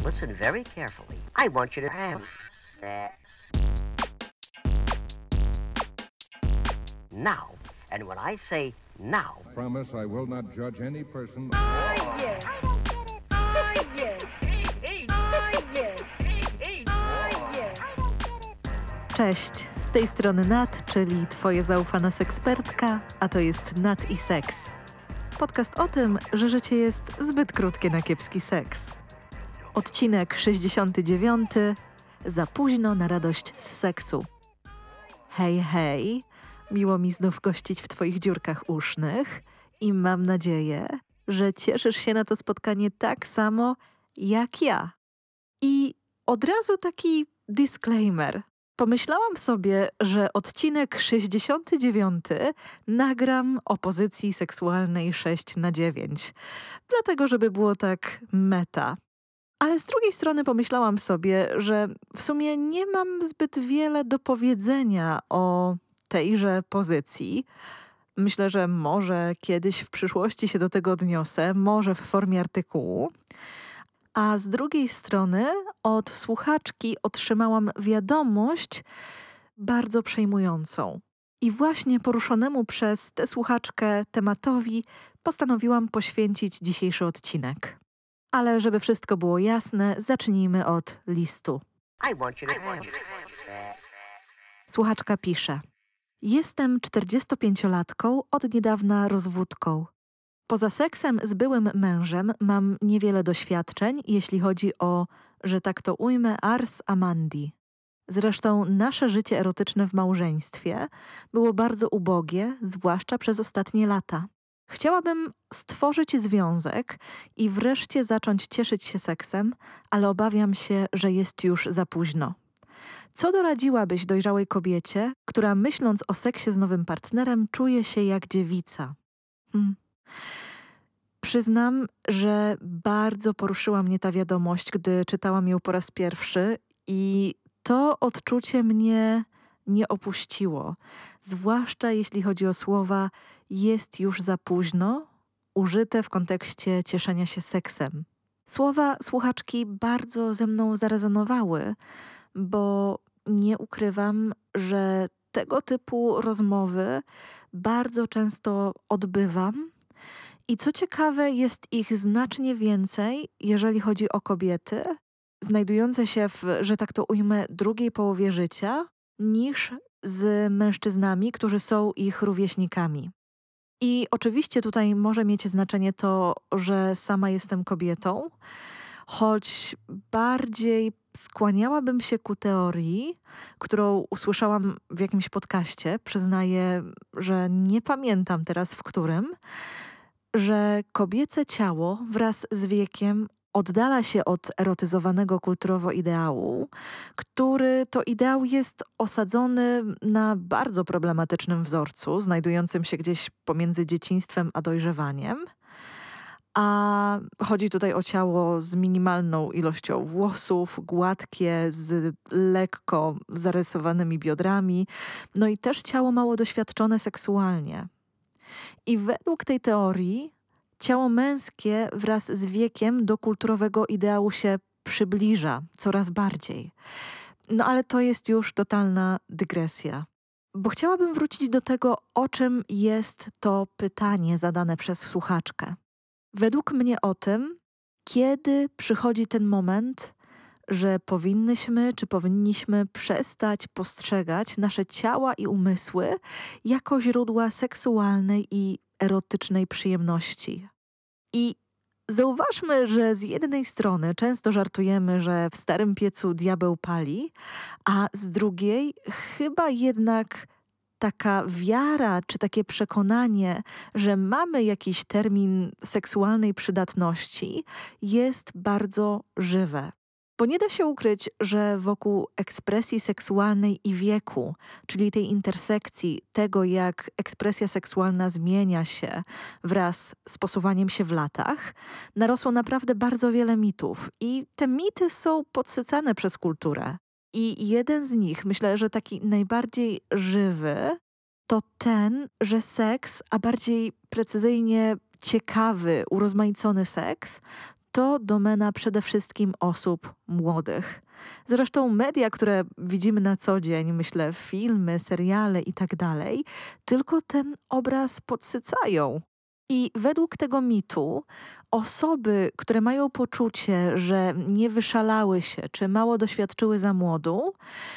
listen very carefully. I want you to have sex. Now. And when I say now... I promise I will not judge any person... yes. I don't get it. yes. yes. yes. I don't get it. Cześć, z tej strony Nat, czyli twoja zaufana sekspertka, a to jest Nat i Seks. Podcast o tym, że życie jest zbyt krótkie na kiepski seks. Odcinek 69. Za późno na radość z seksu. Hej, hej, miło mi znów gościć w twoich dziurkach usznych i mam nadzieję, że cieszysz się na to spotkanie tak samo jak ja. I od razu taki disclaimer. Pomyślałam sobie, że odcinek 69 nagram o pozycji seksualnej 6/9, dlatego żeby było tak meta. Ale z drugiej strony pomyślałam sobie, że w sumie nie mam zbyt wiele do powiedzenia o tejże pozycji. Myślę, że może kiedyś w przyszłości się do tego odniosę, może w formie artykułu. A z drugiej strony od słuchaczki otrzymałam wiadomość bardzo przejmującą. I właśnie poruszonemu przez tę słuchaczkę tematowi postanowiłam poświęcić dzisiejszy odcinek. Ale żeby wszystko było jasne, zacznijmy od listu. I want you to have sex. Słuchaczka pisze: Jestem 45-latką, od niedawna rozwódką. Poza seksem z byłym mężem mam niewiele doświadczeń, jeśli chodzi o, że tak to ujmę, ars amandi. Zresztą nasze życie erotyczne w małżeństwie było bardzo ubogie, zwłaszcza przez ostatnie lata. Chciałabym stworzyć związek i wreszcie zacząć cieszyć się seksem, ale obawiam się, że jest już za późno. Co doradziłabyś dojrzałej kobiecie, która myśląc o seksie z nowym partnerem czuje się jak dziewica? Przyznam, że bardzo poruszyła mnie ta wiadomość, gdy czytałam ją po raz pierwszy i to odczucie mnie nie opuściło. Zwłaszcza jeśli chodzi o słowa jest już za późno, użyte w kontekście cieszenia się seksem. Słowa słuchaczki bardzo ze mną zarezonowały, bo nie ukrywam, że tego typu rozmowy bardzo często odbywam. I co ciekawe, jest ich znacznie więcej, jeżeli chodzi o kobiety, znajdujące się w, że tak to ujmę, drugiej połowie życia, niż z mężczyznami, którzy są ich rówieśnikami. I oczywiście tutaj może mieć znaczenie to, że sama jestem kobietą, choć bardziej skłaniałabym się ku teorii, którą usłyszałam w jakimś podcaście, przyznaję, że nie pamiętam teraz w którym, że kobiece ciało wraz z wiekiem oddala się od erotyzowanego kulturowo ideału, który to ideał jest osadzony na bardzo problematycznym wzorcu, znajdującym się gdzieś pomiędzy dzieciństwem a dojrzewaniem. A chodzi tutaj o ciało z minimalną ilością włosów, gładkie, z lekko zarysowanymi biodrami, no i też ciało mało doświadczone seksualnie. I według tej teorii ciało męskie wraz z wiekiem do kulturowego ideału się przybliża coraz bardziej. No ale to jest już totalna dygresja. Bo chciałabym wrócić do tego, o czym jest to pytanie zadane przez słuchaczkę. Według mnie o tym, kiedy przychodzi ten moment, że powinnyśmy czy powinniśmy przestać postrzegać nasze ciała i umysły jako źródła seksualnej i erotycznej przyjemności. I zauważmy, że z jednej strony często żartujemy, że w starym piecu diabeł pali, a z drugiej chyba jednak taka wiara czy takie przekonanie, że mamy jakiś termin seksualnej przydatności, jest bardzo żywe. Bo nie da się ukryć, że wokół ekspresji seksualnej i wieku, czyli tej intersekcji tego, jak ekspresja seksualna zmienia się wraz z posuwaniem się w latach, narosło naprawdę bardzo wiele mitów. I te mity są podsycane przez kulturę. I jeden z nich, myślę, że taki najbardziej żywy, to ten, że seks, a bardziej precyzyjnie ciekawy, urozmaicony seks, to domena przede wszystkim osób młodych. Zresztą media, które widzimy na co dzień, myślę, filmy, seriale i tak dalej, tylko ten obraz podsycają. I według tego mitu osoby, które mają poczucie, że nie wyszalały się czy mało doświadczyły za młodu,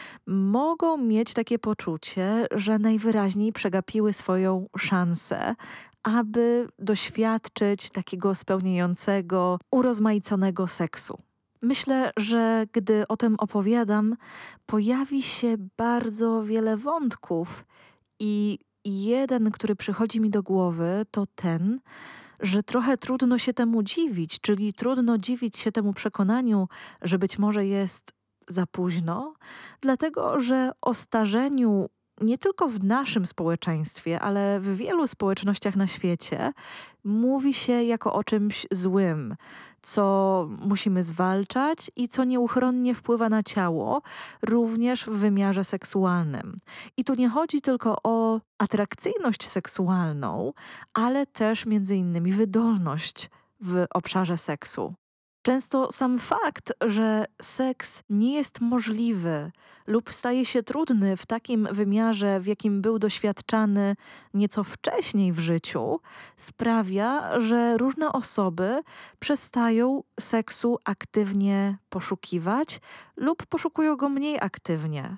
mogą mieć takie poczucie, że najwyraźniej przegapiły swoją szansę, aby doświadczyć takiego spełniającego, urozmaiconego seksu. Myślę, że gdy o tym opowiadam, pojawi się bardzo wiele wątków i jeden, który przychodzi mi do głowy, to ten, że trochę trudno się temu dziwić, czyli trudno dziwić się temu przekonaniu, że być może jest za późno, dlatego że o starzeniu nie tylko w naszym społeczeństwie, ale w wielu społecznościach na świecie mówi się jako o czymś złym, co musimy zwalczać i co nieuchronnie wpływa na ciało, również w wymiarze seksualnym. I tu nie chodzi tylko o atrakcyjność seksualną, ale też między innymi wydolność w obszarze seksu. Często sam fakt, że seks nie jest możliwy lub staje się trudny w takim wymiarze, w jakim był doświadczany nieco wcześniej w życiu, sprawia, że różne osoby przestają seksu aktywnie poszukiwać lub poszukują go mniej aktywnie.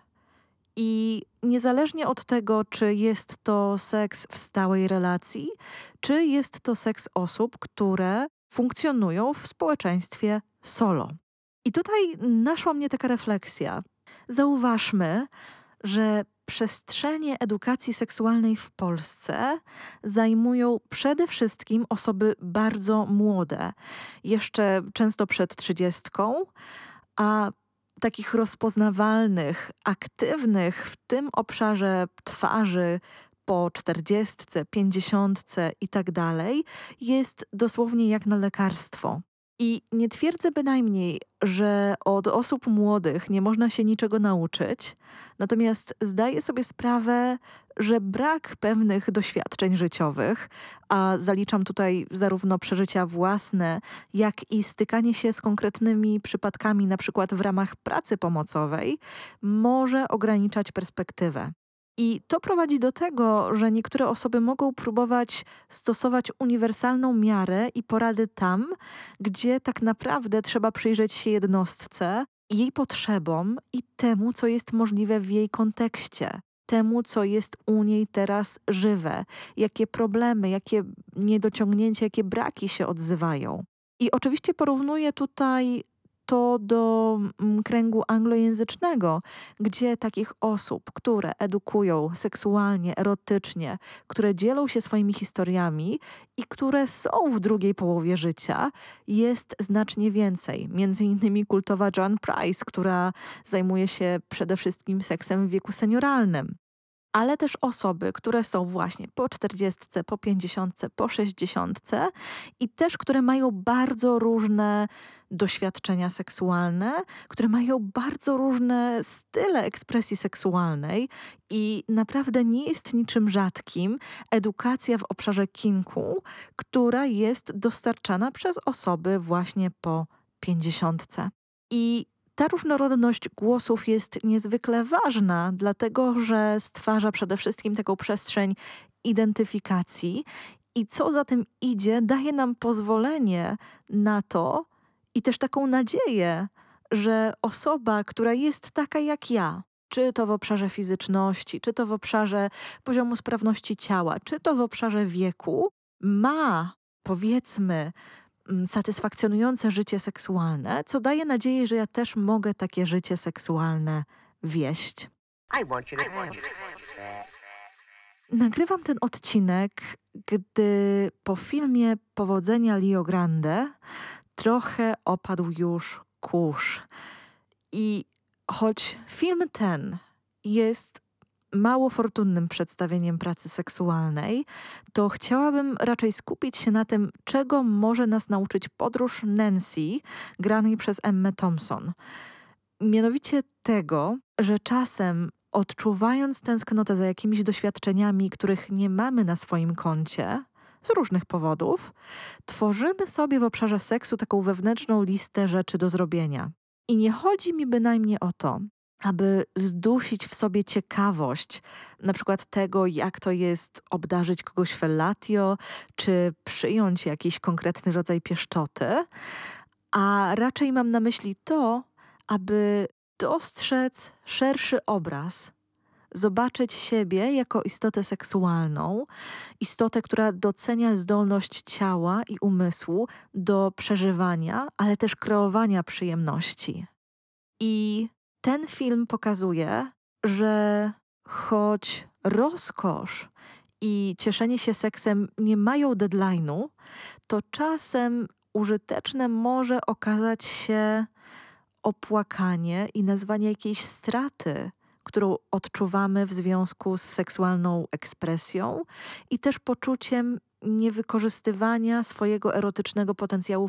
I niezależnie od tego, czy jest to seks w stałej relacji, czy jest to seks osób, które funkcjonują w społeczeństwie solo. I tutaj naszła mnie taka refleksja. Zauważmy, że przestrzenie edukacji seksualnej w Polsce zajmują przede wszystkim osoby bardzo młode, jeszcze często przed 30, a takich rozpoznawalnych, aktywnych w tym obszarze twarzy po 40, 50 i tak dalej jest dosłownie jak na lekarstwo. I nie twierdzę bynajmniej, że od osób młodych nie można się niczego nauczyć, natomiast zdaję sobie sprawę, że brak pewnych doświadczeń życiowych, a zaliczam tutaj zarówno przeżycia własne, jak i stykanie się z konkretnymi przypadkami, na przykład w ramach pracy pomocowej, może ograniczać perspektywę. I to prowadzi do tego, że niektóre osoby mogą próbować stosować uniwersalną miarę i porady tam, gdzie tak naprawdę trzeba przyjrzeć się jednostce, jej potrzebom i temu, co jest możliwe w jej kontekście, temu, co jest u niej teraz żywe, jakie problemy, jakie niedociągnięcia, jakie braki się odzywają. I oczywiście porównuję tutaj to do kręgu anglojęzycznego, gdzie takich osób, które edukują seksualnie, erotycznie, które dzielą się swoimi historiami i które są w drugiej połowie życia, jest znacznie więcej. Między innymi kultowa Joan Price, która zajmuje się przede wszystkim seksem w wieku senioralnym. Ale też osoby, które są właśnie po 40, po 50, po 60 i też, które mają bardzo różne doświadczenia seksualne, które mają bardzo różne style ekspresji seksualnej i naprawdę nie jest niczym rzadkim edukacja w obszarze kinku, która jest dostarczana przez osoby właśnie po 50. I ta różnorodność głosów jest niezwykle ważna, dlatego że stwarza przede wszystkim taką przestrzeń identyfikacji i co za tym idzie, daje nam pozwolenie na to i też taką nadzieję, że osoba, która jest taka jak ja, czy to w obszarze fizyczności, czy to w obszarze poziomu sprawności ciała, czy to w obszarze wieku, ma, powiedzmy, satysfakcjonujące życie seksualne, co daje nadzieję, że ja też mogę takie życie seksualne wieść. I want you to have that. Nagrywam ten odcinek, gdy po filmie Powodzenia Rio Grande trochę opadł już kurz. I choć film ten jest mało fortunnym przedstawieniem pracy seksualnej, to chciałabym raczej skupić się na tym, czego może nas nauczyć podróż Nancy, granej przez Emmę Thompson. Mianowicie tego, że czasem odczuwając tęsknotę za jakimiś doświadczeniami, których nie mamy na swoim koncie, z różnych powodów, tworzymy sobie w obszarze seksu taką wewnętrzną listę rzeczy do zrobienia. I nie chodzi mi bynajmniej o to, aby zdusić w sobie ciekawość, na przykład tego, jak to jest obdarzyć kogoś fellatio, czy przyjąć jakiś konkretny rodzaj pieszczoty, a raczej mam na myśli to, aby dostrzec szerszy obraz, zobaczyć siebie jako istotę seksualną, istotę, która docenia zdolność ciała i umysłu do przeżywania, ale też kreowania przyjemności. I ten film pokazuje, że choć rozkosz i cieszenie się seksem nie mają deadline'u, to czasem użyteczne może okazać się opłakanie i nazwanie jakiejś straty, którą odczuwamy w związku z seksualną ekspresją i też poczuciem niewykorzystywania swojego erotycznego potencjału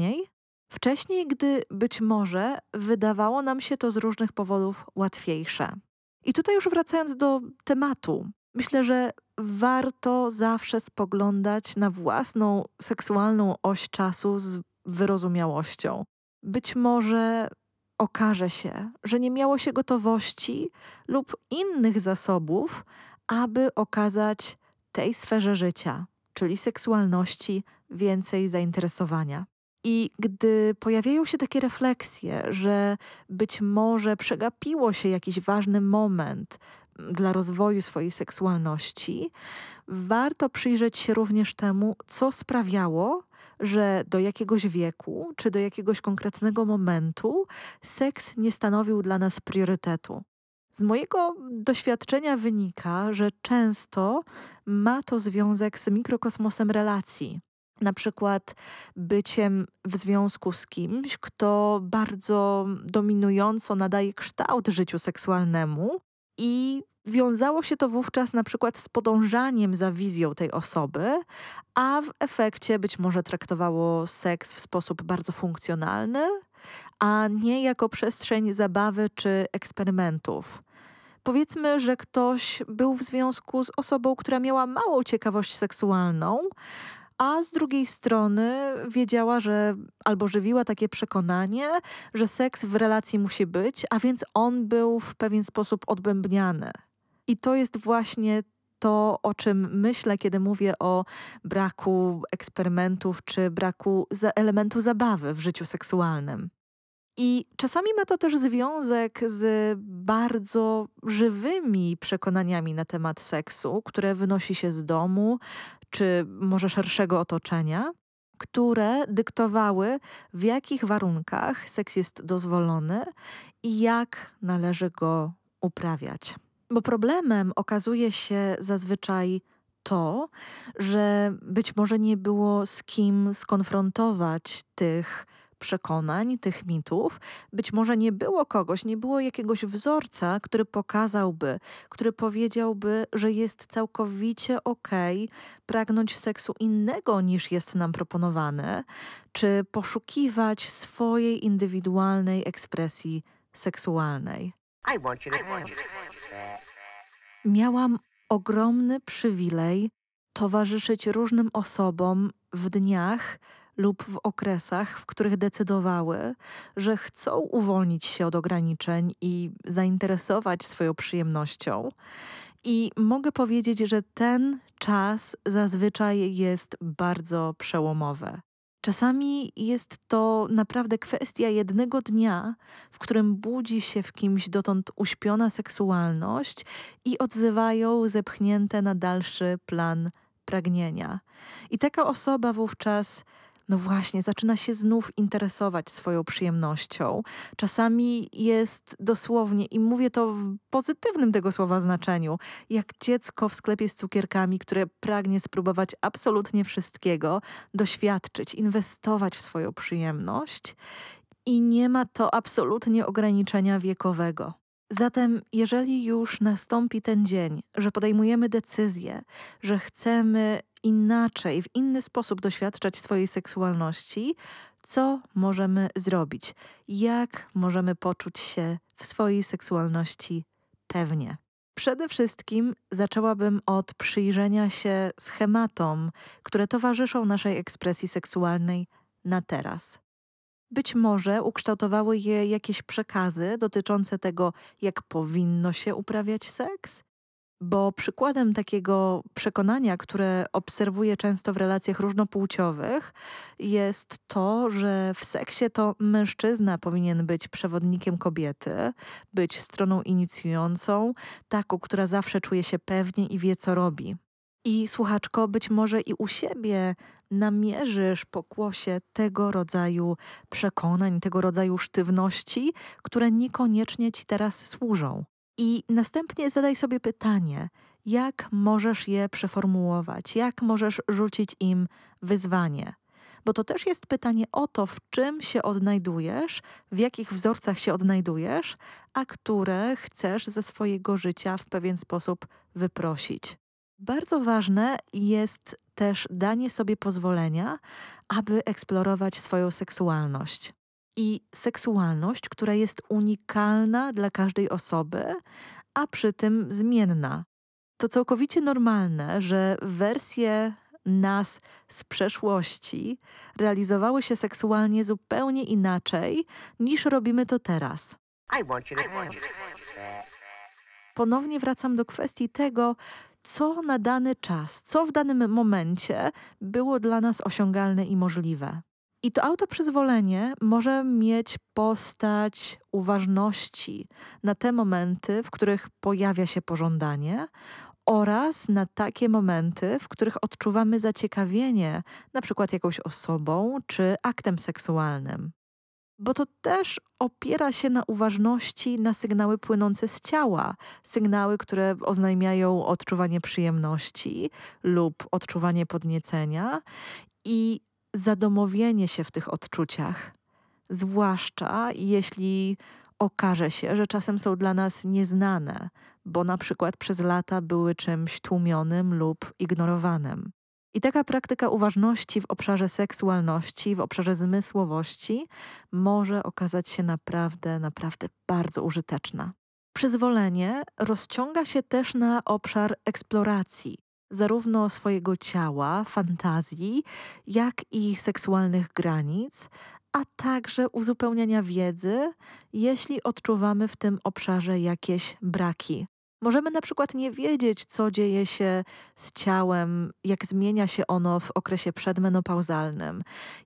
wcześniej, gdy być może wydawało nam się to z różnych powodów łatwiejsze. I tutaj już wracając do tematu, myślę, że warto zawsze spoglądać na własną seksualną oś czasu z wyrozumiałością. Być może okaże się, że nie miało się gotowości lub innych zasobów, aby okazać tej sferze życia, czyli seksualności, więcej zainteresowania. I gdy pojawiają się takie refleksje, że być może przegapiło się jakiś ważny moment dla rozwoju swojej seksualności, warto przyjrzeć się również temu, co sprawiało, że do jakiegoś wieku czy do jakiegoś konkretnego momentu seks nie stanowił dla nas priorytetu. Z mojego doświadczenia wynika, że często ma to związek z mikrokosmosem relacji. Na przykład byciem w związku z kimś, kto bardzo dominująco nadaje kształt życiu seksualnemu i wiązało się to wówczas na przykład z podążaniem za wizją tej osoby, a w efekcie być może traktowało seks w sposób bardzo funkcjonalny, a nie jako przestrzeń zabawy czy eksperymentów. Powiedzmy, że ktoś był w związku z osobą, która miała małą ciekawość seksualną, a z drugiej strony wiedziała, że albo żywiła takie przekonanie, że seks w relacji musi być, a więc on był w pewien sposób odbębniany. I to jest właśnie to, o czym myślę, kiedy mówię o braku eksperymentów czy braku elementu zabawy w życiu seksualnym. I czasami ma to też związek z bardzo żywymi przekonaniami na temat seksu, które wynosi się z domu, czy może szerszego otoczenia, które dyktowały, w jakich warunkach seks jest dozwolony i jak należy go uprawiać. Bo problemem okazuje się zazwyczaj to, że być może nie było z kim skonfrontować tych przekonań, tych mitów. Być może nie było kogoś, nie było jakiegoś wzorca, który pokazałby, który powiedziałby, że jest całkowicie okej pragnąć seksu innego niż jest nam proponowane, czy poszukiwać swojej indywidualnej ekspresji seksualnej. I want you to have that. Miałam ogromny przywilej towarzyszyć różnym osobom w dniach lub w okresach, w których decydowały, że chcą uwolnić się od ograniczeń i zainteresować swoją przyjemnością. I mogę powiedzieć, że ten czas zazwyczaj jest bardzo przełomowy. Czasami jest to naprawdę kwestia jednego dnia, w którym budzi się w kimś dotąd uśpiona seksualność i odzywają zepchnięte na dalszy plan pragnienia. I taka osoba wówczas, no właśnie, zaczyna się znów interesować swoją przyjemnością. Czasami jest dosłownie, i mówię to w pozytywnym tego słowa znaczeniu, jak dziecko w sklepie z cukierkami, które pragnie spróbować absolutnie wszystkiego, doświadczyć, inwestować w swoją przyjemność i nie ma to absolutnie ograniczenia wiekowego. Zatem, jeżeli już nastąpi ten dzień, że podejmujemy decyzję, że chcemy inaczej, w inny sposób doświadczać swojej seksualności, co możemy zrobić? Jak możemy poczuć się w swojej seksualności pewnie? Przede wszystkim zaczęłabym od przyjrzenia się schematom, które towarzyszą naszej ekspresji seksualnej na teraz. Być może ukształtowały je jakieś przekazy dotyczące tego, jak powinno się uprawiać seks, bo przykładem takiego przekonania, które obserwuję często w relacjach różnopłciowych, jest to, że w seksie to mężczyzna powinien być przewodnikiem kobiety, być stroną inicjującą, taką, która zawsze czuje się pewnie i wie, co robi. I słuchaczko, być może i u siebie namierzysz pokłosie tego rodzaju przekonań, tego rodzaju sztywności, które niekoniecznie ci teraz służą. I następnie zadaj sobie pytanie, jak możesz je przeformułować, jak możesz rzucić im wyzwanie. Bo to też jest pytanie o to, w czym się odnajdujesz, w jakich wzorcach się odnajdujesz, a które chcesz ze swojego życia w pewien sposób wyprosić. Bardzo ważne jest też danie sobie pozwolenia, aby eksplorować swoją seksualność. I seksualność, która jest unikalna dla każdej osoby, a przy tym zmienna. To całkowicie normalne, że wersje nas z przeszłości realizowały się seksualnie zupełnie inaczej, niż robimy to teraz. I want you to have that. Ponownie wracam do kwestii tego, co na dany czas, co w danym momencie było dla nas osiągalne i możliwe. I to autoprzyzwolenie może mieć postać uważności na te momenty, w których pojawia się pożądanie, oraz na takie momenty, w których odczuwamy zaciekawienie, na przykład jakąś osobą czy aktem seksualnym. Bo to też opiera się na uważności na sygnały płynące z ciała, sygnały, które oznajmiają odczuwanie przyjemności lub odczuwanie podniecenia i zadomowienie się w tych odczuciach. Zwłaszcza jeśli okaże się, że czasem są dla nas nieznane, bo na przykład przez lata były czymś tłumionym lub ignorowanym. I taka praktyka uważności w obszarze seksualności, w obszarze zmysłowości może okazać się naprawdę, naprawdę bardzo użyteczna. Przyzwolenie rozciąga się też na obszar eksploracji, zarówno swojego ciała, fantazji, jak i seksualnych granic, a także uzupełniania wiedzy, jeśli odczuwamy w tym obszarze jakieś braki. Możemy na przykład nie wiedzieć, co dzieje się z ciałem, jak zmienia się ono w okresie przedmenopauzalnym,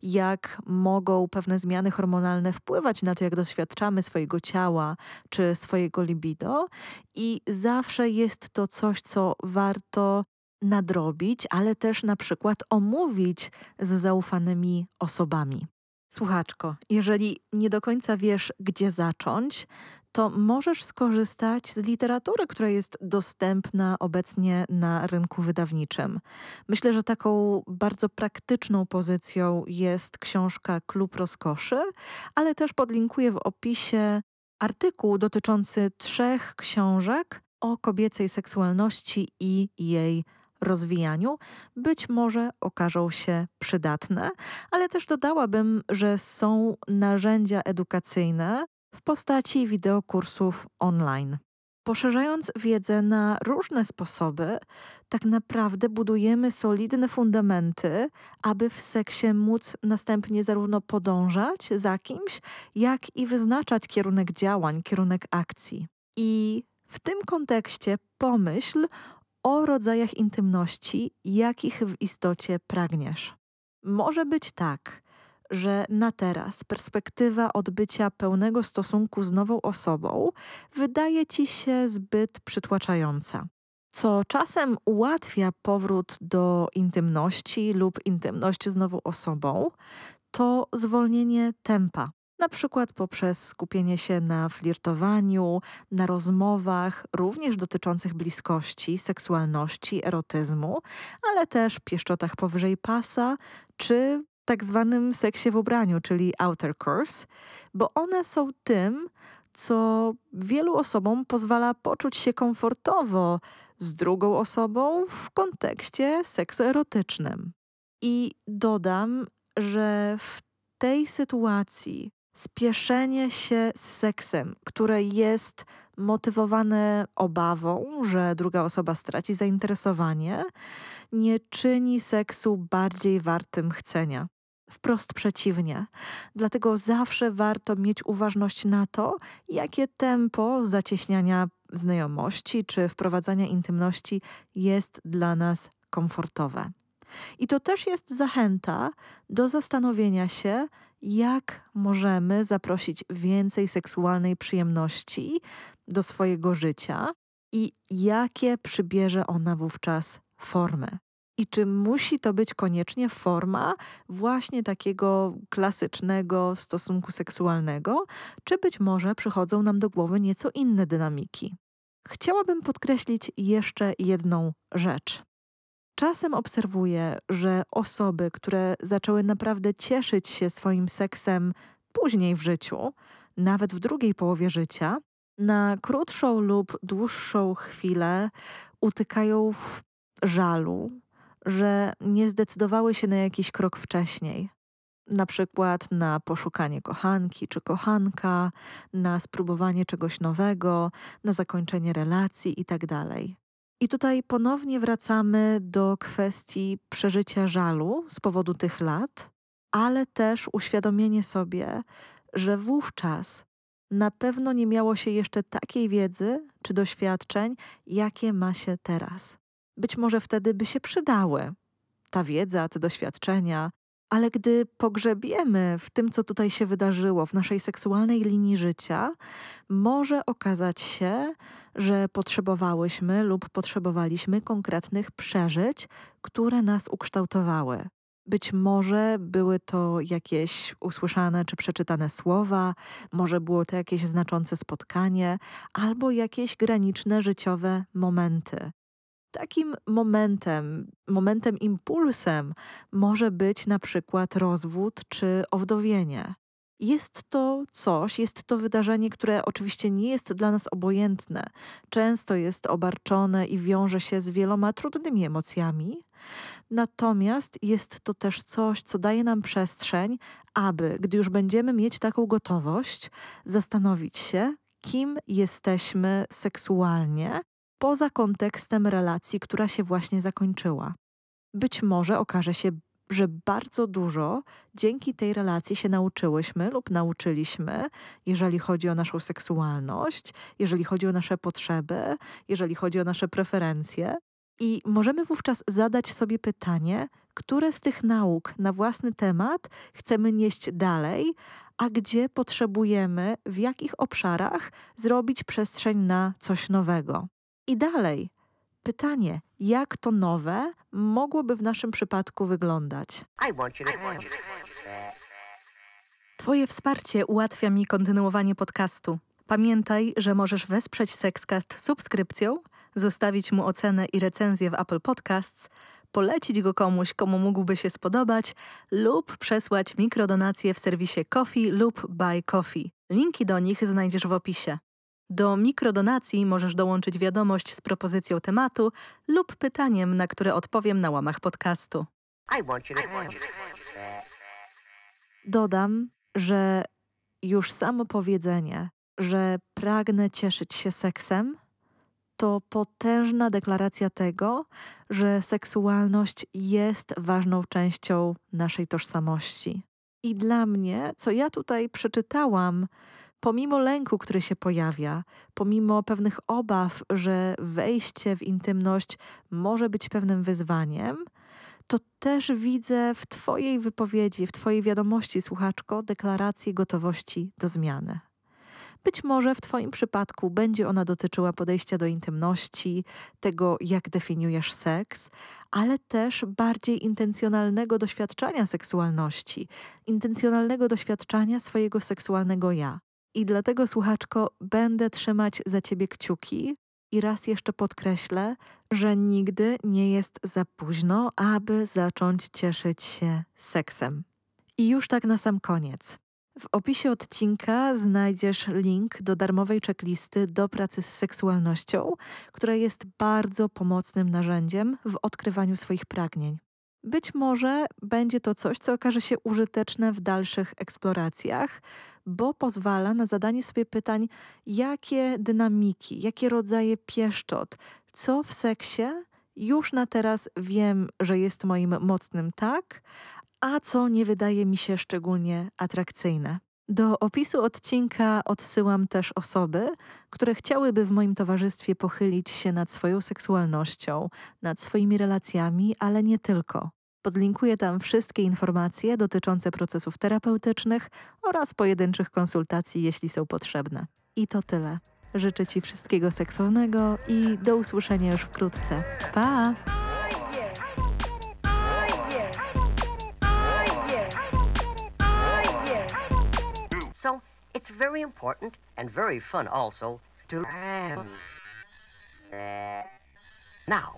jak mogą pewne zmiany hormonalne wpływać na to, jak doświadczamy swojego ciała czy swojego libido, i zawsze jest to coś, co warto nadrobić, ale też na przykład omówić z zaufanymi osobami. Słuchaczko, jeżeli nie do końca wiesz, gdzie zacząć, to możesz skorzystać z literatury, która jest dostępna obecnie na rynku wydawniczym. Myślę, że taką bardzo praktyczną pozycją jest książka Klub Rozkoszy, ale też podlinkuję w opisie artykuł dotyczący 3 książek o kobiecej seksualności i jej rozwijaniu. Być może okażą się przydatne, ale też dodałabym, że są narzędzia edukacyjne w postaci wideokursów online. Poszerzając wiedzę na różne sposoby, tak naprawdę budujemy solidne fundamenty, aby w seksie móc następnie zarówno podążać za kimś, jak i wyznaczać kierunek działań, kierunek akcji. I w tym kontekście pomyśl o rodzajach intymności, jakich w istocie pragniesz. Może być tak, że na teraz perspektywa odbycia pełnego stosunku z nową osobą wydaje ci się zbyt przytłaczająca, co czasem ułatwia powrót do intymności lub intymność z nową osobą, to zwolnienie tempa. Na przykład poprzez skupienie się na flirtowaniu, na rozmowach, również dotyczących bliskości, seksualności, erotyzmu, ale też pieszczotach powyżej pasa, czy tak zwanym seksie w ubraniu, czyli outer course, bo one są tym, co wielu osobom pozwala poczuć się komfortowo z drugą osobą w kontekście seksu erotycznym. I dodam, że w tej sytuacji spieszenie się z seksem, które jest motywowane obawą, że druga osoba straci zainteresowanie, nie czyni seksu bardziej wartym chcenia. Wprost przeciwnie. Dlatego zawsze warto mieć uważność na to, jakie tempo zacieśniania znajomości czy wprowadzania intymności jest dla nas komfortowe. I to też jest zachęta do zastanowienia się, jak możemy zaprosić więcej seksualnej przyjemności do swojego życia i jakie przybierze ona wówczas formy. I czy musi to być koniecznie forma właśnie takiego klasycznego stosunku seksualnego, czy być może przychodzą nam do głowy nieco inne dynamiki? Chciałabym podkreślić jeszcze jedną rzecz. Czasem obserwuję, że osoby, które zaczęły naprawdę cieszyć się swoim seksem później w życiu, nawet w drugiej połowie życia, na krótszą lub dłuższą chwilę utykają w żalu, że nie zdecydowały się na jakiś krok wcześniej. Na przykład na poszukanie kochanki czy kochanka, na spróbowanie czegoś nowego, na zakończenie relacji itd. I tutaj ponownie wracamy do kwestii przeżycia żalu z powodu tych lat, ale też uświadomienie sobie, że wówczas na pewno nie miało się jeszcze takiej wiedzy czy doświadczeń, jakie ma się teraz. Być może wtedy by się przydały ta wiedza, te doświadczenia, ale gdy pogrzebiemy w tym, co tutaj się wydarzyło, w naszej seksualnej linii życia, może okazać się, że potrzebowałyśmy lub potrzebowaliśmy konkretnych przeżyć, które nas ukształtowały. Być może były to jakieś usłyszane czy przeczytane słowa, może było to jakieś znaczące spotkanie, albo jakieś graniczne życiowe momenty. Takim momentem impulsem może być na przykład rozwód czy owdowienie. Jest to wydarzenie, które oczywiście nie jest dla nas obojętne. Często jest obarczone i wiąże się z wieloma trudnymi emocjami. Natomiast jest to też coś, co daje nam przestrzeń, aby, gdy już będziemy mieć taką gotowość, zastanowić się, kim jesteśmy seksualnie, poza kontekstem relacji, która się właśnie zakończyła. Być może okaże się, że bardzo dużo dzięki tej relacji się nauczyłyśmy lub nauczyliśmy, jeżeli chodzi o naszą seksualność, jeżeli chodzi o nasze potrzeby, jeżeli chodzi o nasze preferencje. I możemy wówczas zadać sobie pytanie, które z tych nauk na własny temat chcemy nieść dalej, a gdzie potrzebujemy, w jakich obszarach zrobić przestrzeń na coś nowego. I dalej, pytanie, jak to nowe mogłoby w naszym przypadku wyglądać? I want you to have that. Twoje wsparcie ułatwia mi kontynuowanie podcastu. Pamiętaj, że możesz wesprzeć Sexcast subskrypcją, zostawić mu ocenę i recenzję w Apple Podcasts, polecić go komuś, komu mógłby się spodobać lub przesłać mikrodonacje w serwisie Ko-fi lub Buy Coffee. Linki do nich znajdziesz w opisie. Do mikrodonacji możesz dołączyć wiadomość z propozycją tematu lub pytaniem, na które odpowiem na łamach podcastu. I want you to have that. Dodam, że już samo powiedzenie, że pragnę cieszyć się seksem, to potężna deklaracja tego, że seksualność jest ważną częścią naszej tożsamości. I dla mnie, co ja tutaj przeczytałam, pomimo lęku, który się pojawia, pomimo pewnych obaw, że wejście w intymność może być pewnym wyzwaniem, to też widzę w Twojej wypowiedzi, w Twojej wiadomości, słuchaczko, deklarację gotowości do zmiany. Być może w Twoim przypadku będzie ona dotyczyła podejścia do intymności, tego, jak definiujesz seks, ale też bardziej intencjonalnego doświadczania seksualności, intencjonalnego doświadczania swojego seksualnego ja. I dlatego, słuchaczko, będę trzymać za Ciebie kciuki i raz jeszcze podkreślę, że nigdy nie jest za późno, aby zacząć cieszyć się seksem. I już tak na sam koniec. W opisie odcinka znajdziesz link do darmowej checklisty do pracy z seksualnością, która jest bardzo pomocnym narzędziem w odkrywaniu swoich pragnień. Być może będzie to coś, co okaże się użyteczne w dalszych eksploracjach, bo pozwala na zadanie sobie pytań, jakie dynamiki, jakie rodzaje pieszczot, co w seksie już na teraz wiem, że jest moim mocnym tak, a co nie wydaje mi się szczególnie atrakcyjne. Do opisu odcinka odsyłam też osoby, które chciałyby w moim towarzystwie pochylić się nad swoją seksualnością, nad swoimi relacjami, ale nie tylko. Podlinkuję tam wszystkie informacje dotyczące procesów terapeutycznych oraz pojedynczych konsultacji, jeśli są potrzebne. I to tyle. Życzę Ci wszystkiego seksownego i do usłyszenia już wkrótce. Pa! So it's very important and very fun also to now.